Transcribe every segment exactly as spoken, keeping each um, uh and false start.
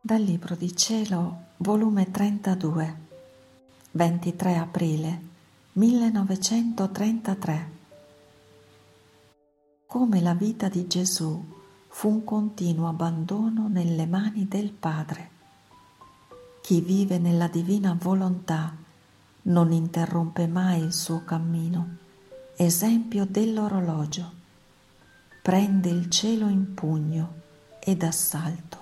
Dal Libro di Cielo, volume trentadue, ventitré aprile millenovecentotrentatré. Come la vita di Gesù fu un continuo abbandono nelle mani del Padre. Chi vive nella divina volontà non interrompe mai il suo cammino, esempio dell'orologio. Prende il cielo in pugno e d'assalto.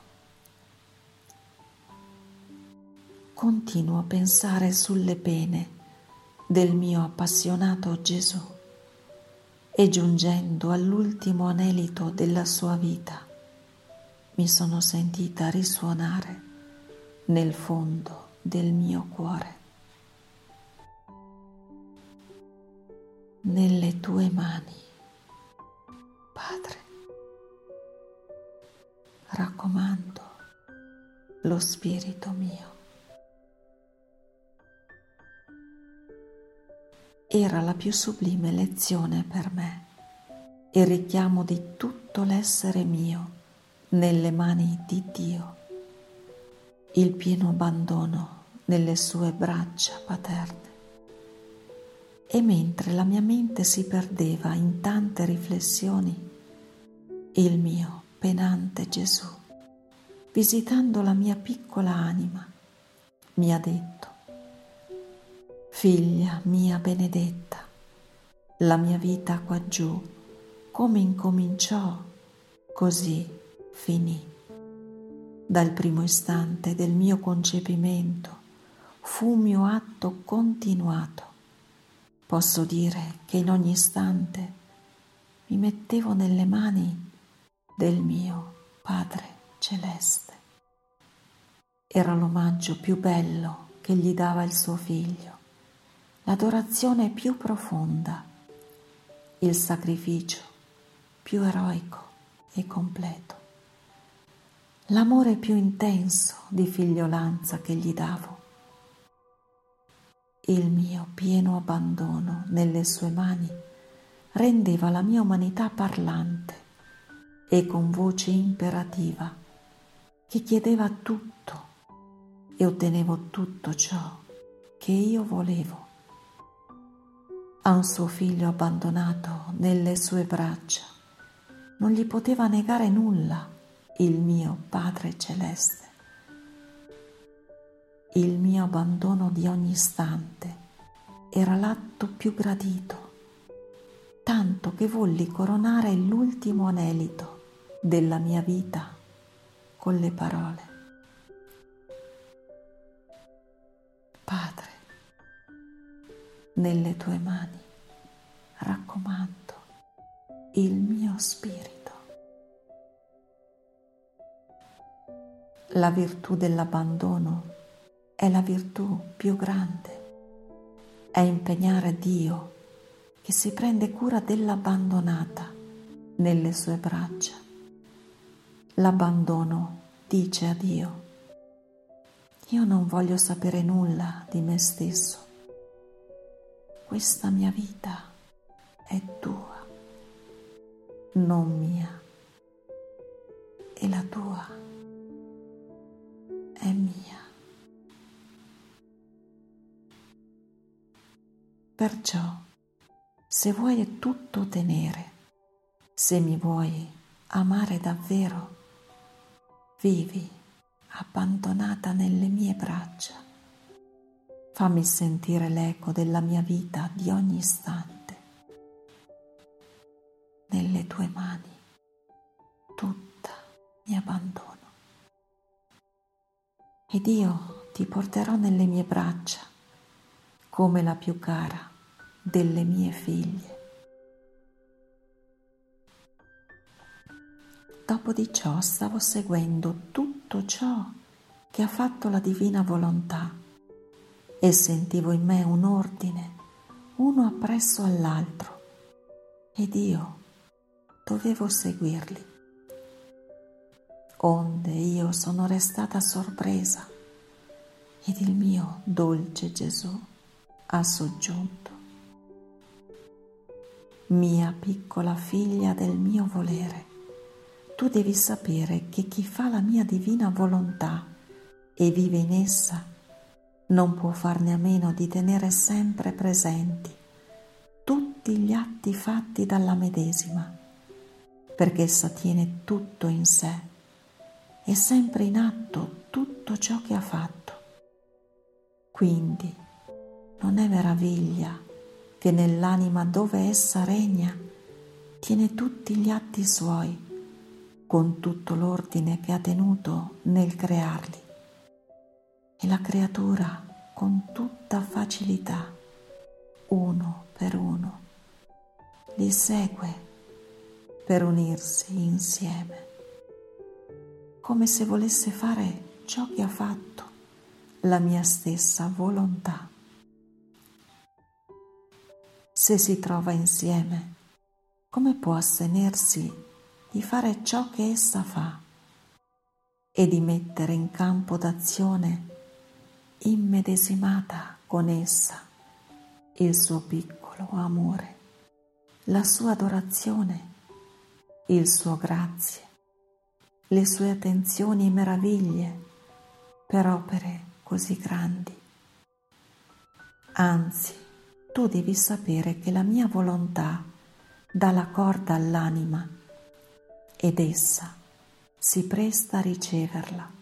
Continuo a pensare sulle pene del mio appassionato Gesù e giungendo all'ultimo anelito della sua vita mi sono sentita risuonare nel fondo del mio cuore. Nelle tue mani, Padre, raccomando lo spirito mio. Era la più sublime lezione per me, il richiamo di tutto l'essere mio nelle mani di Dio, il pieno abbandono nelle sue braccia paterne. E mentre la mia mente si perdeva in tante riflessioni, il mio penante Gesù, visitando la mia piccola anima, mi ha detto: Figlia mia benedetta, la mia vita quaggiù, come incominciò, così finì. Dal primo istante del mio concepimento fu un mio atto continuato. Posso dire che in ogni istante mi mettevo nelle mani del mio Padre Celeste. Era l'omaggio più bello che gli dava il suo figlio, l'adorazione più profonda, il sacrificio più eroico e completo, l'amore più intenso di figliolanza che gli davo. Il mio pieno abbandono nelle sue mani rendeva la mia umanità parlante e con voce imperativa che chiedeva tutto e ottenevo tutto ciò che io volevo. A un suo figlio abbandonato nelle sue braccia non gli poteva negare nulla il mio Padre Celeste. Il mio abbandono di ogni istante era l'atto più gradito, tanto che volli coronare l'ultimo anelito della mia vita con le parole: Padre, nelle tue mani raccomando il mio spirito. La virtù dell'abbandono è la virtù più grande, è impegnare Dio che si prende cura dell'abbandonata nelle sue braccia. L'abbandono dice a Dio: io non voglio sapere nulla di me stesso, questa mia vita è tua, non mia, e la tua è mia. Perciò, se vuoi tutto ottenere, se mi vuoi amare davvero, vivi abbandonata nelle mie braccia. Fammi sentire l'eco della mia vita di ogni istante. Nelle tue mani tutta mi abbandono. Ed io ti porterò nelle mie braccia come la più cara delle mie figlie. Dopo di ciò stavo seguendo tutto ciò che ha fatto la divina volontà e sentivo in me un ordine, uno appresso all'altro, ed io dovevo seguirli. Onde io sono restata sorpresa ed il mio dolce Gesù ha soggiunto: mia piccola figlia del mio volere, tu devi sapere che chi fa la mia divina volontà e vive in essa, non può farne a meno di tenere sempre presenti tutti gli atti fatti dalla medesima, perché essa tiene tutto in sé, è sempre in atto tutto ciò che ha fatto. Quindi non è meraviglia che nell'anima dove essa regna tiene tutti gli atti suoi, con tutto l'ordine che ha tenuto nel crearli, e la creatura con tutta facilità, uno per uno, li segue per unirsi insieme, come se volesse fare ciò che ha fatto la mia stessa volontà. Se si trova insieme, come può astenersi di fare ciò che essa fa e di mettere in campo d'azione, immedesimata con essa, il suo piccolo amore, la sua adorazione, il suo grazie, le sue attenzioni e meraviglie per opere così grandi? Anzi, tu devi sapere che la mia volontà dà la corda all'anima ed essa si presta a riceverla.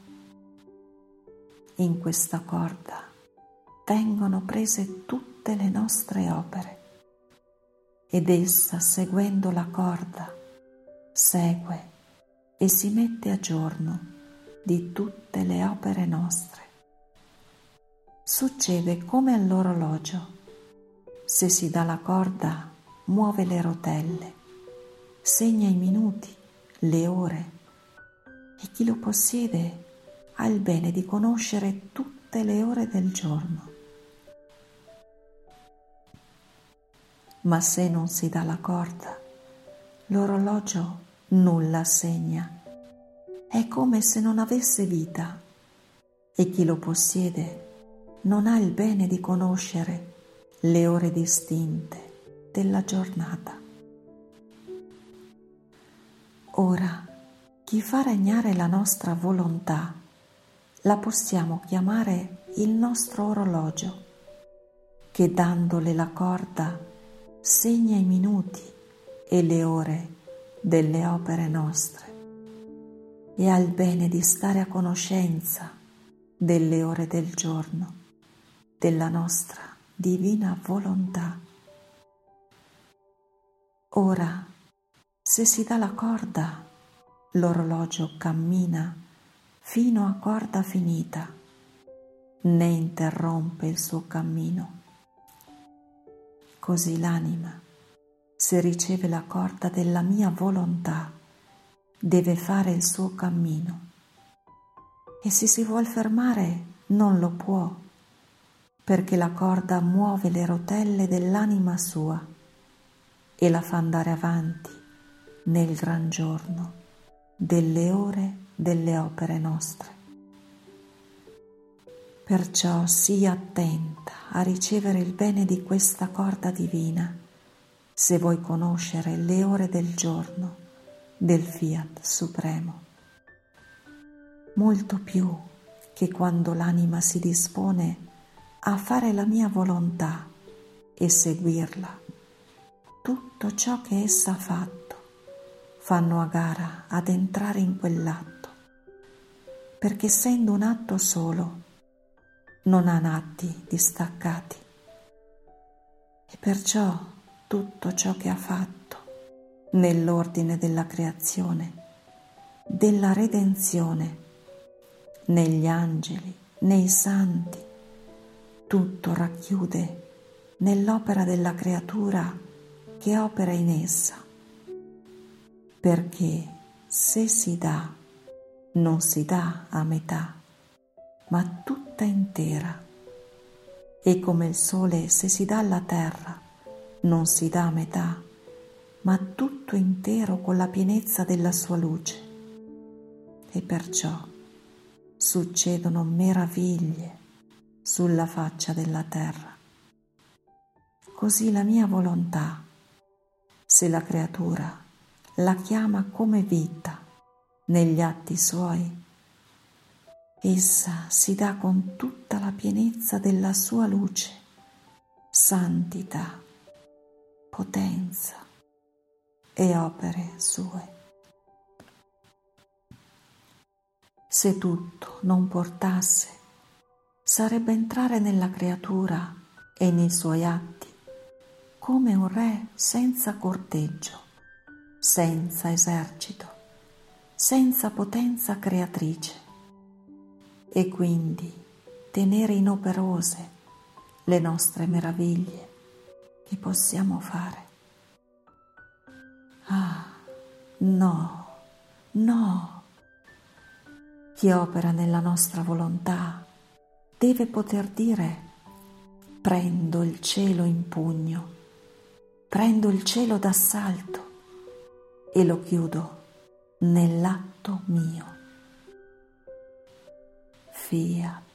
In questa corda vengono prese tutte le nostre opere ed essa, seguendo la corda, segue e si mette a giorno di tutte le opere nostre. Succede come all'orologio: se si dà la corda, muove le rotelle, segna i minuti, le ore, e chi lo possiede ha il bene di conoscere tutte le ore del giorno. Ma se non si dà la corda, l'orologio nulla segna, è come se non avesse vita, e chi lo possiede non ha il bene di conoscere le ore distinte della giornata. Ora, chi fa regnare la nostra volontà la possiamo chiamare il nostro orologio, che dandole la corda segna i minuti e le ore delle opere nostre e ha il bene di stare a conoscenza delle ore del giorno, della nostra divina volontà. Ora, se si dà la corda, l'orologio cammina fino a corda finita, né interrompe il suo cammino. Così l'anima, se riceve la corda della mia volontà, deve fare il suo cammino, e se si vuol fermare non lo può, perché la corda muove le rotelle dell'anima sua e la fa andare avanti nel gran giorno delle ore delle opere nostre. Perciò sii attenta a ricevere il bene di questa corda divina, se vuoi conoscere le ore del giorno del Fiat Supremo. Molto più che quando l'anima si dispone a fare la mia volontà e seguirla, tutto ciò che essa ha fatto fanno a gara ad entrare in quell'atto, perché essendo un atto solo non ha atti distaccati, e perciò tutto ciò che ha fatto nell'ordine della creazione, della redenzione, negli angeli, nei santi, tutto racchiude nell'opera della creatura che opera in essa, perché se si dà, non si dà a metà, ma tutta intera, e come il sole se si dà alla terra, non si dà a metà, ma tutto intero con la pienezza della sua luce, e perciò succedono meraviglie sulla faccia della terra. Così la mia volontà, se la creatura la chiama come vita negli atti suoi, Essa si dà con tutta la pienezza della sua luce, santità, potenza e opere sue. Se tutto non portasse, sarebbe entrare nella creatura e nei suoi atti come un re senza corteggio, senza esercito, senza potenza creatrice, e quindi tenere inoperose le nostre meraviglie che possiamo fare. Ah, no, no! Chi opera nella nostra volontà deve poter dire: prendo il cielo in pugno, prendo il cielo d'assalto e lo chiudo nell'atto mio. Fiat.